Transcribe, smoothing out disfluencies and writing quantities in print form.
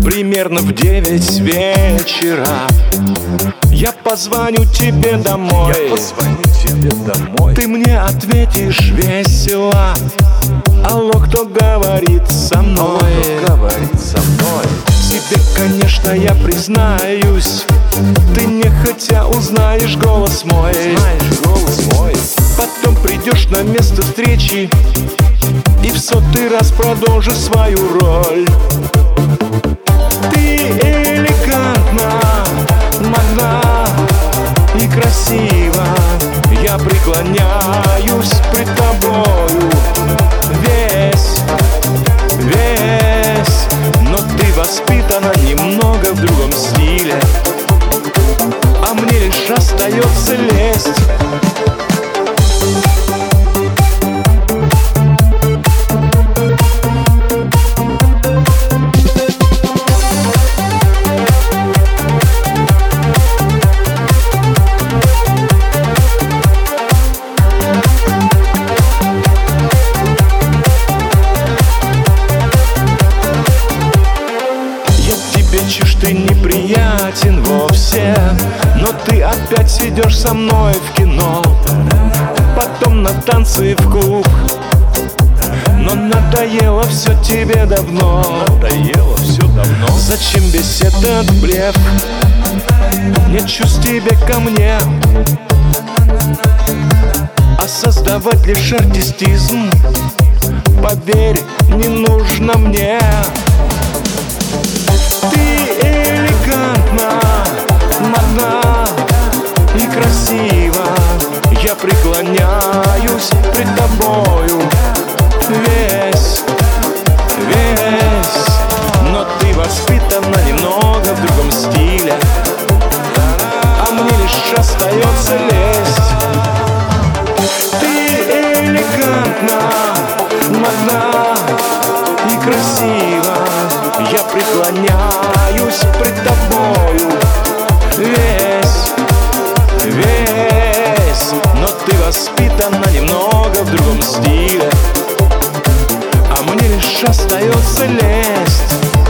Примерно в 9 вечера я позвоню тебе домой. Ты мне ответишь весело: алло, кто говорит со мной? Тебе, конечно, я признаюсь, ты нехотя узнаешь голос мой. Потом придешь на место встречи и в 100-й раз продолжишь свою роль. Ты элегантна, модна и красива. Я преклоняюсь пред тобою весь, но ты воспитана немного в другом стиле, а мне лишь остается лезть. Ты неприятен вовсе, но ты опять идешь со мной в кино, потом на танцы в клуб. Но надоело все тебе давно. Зачем весь этот блеф? Нет чувств тебе ко мне, а создавать лишь артистизм, поверь, не нужно мне. Ты элегантна, модна и красива. Я преклоняюсь пред тобою весь, но ты воспитана немного в другом стиле, а мне лишь остается лезть. Ты элегантна, модна и красива. Я преклоняюсь пред тобою весь, но ты воспитана немного в другом стиле, а мне лишь остается лезть.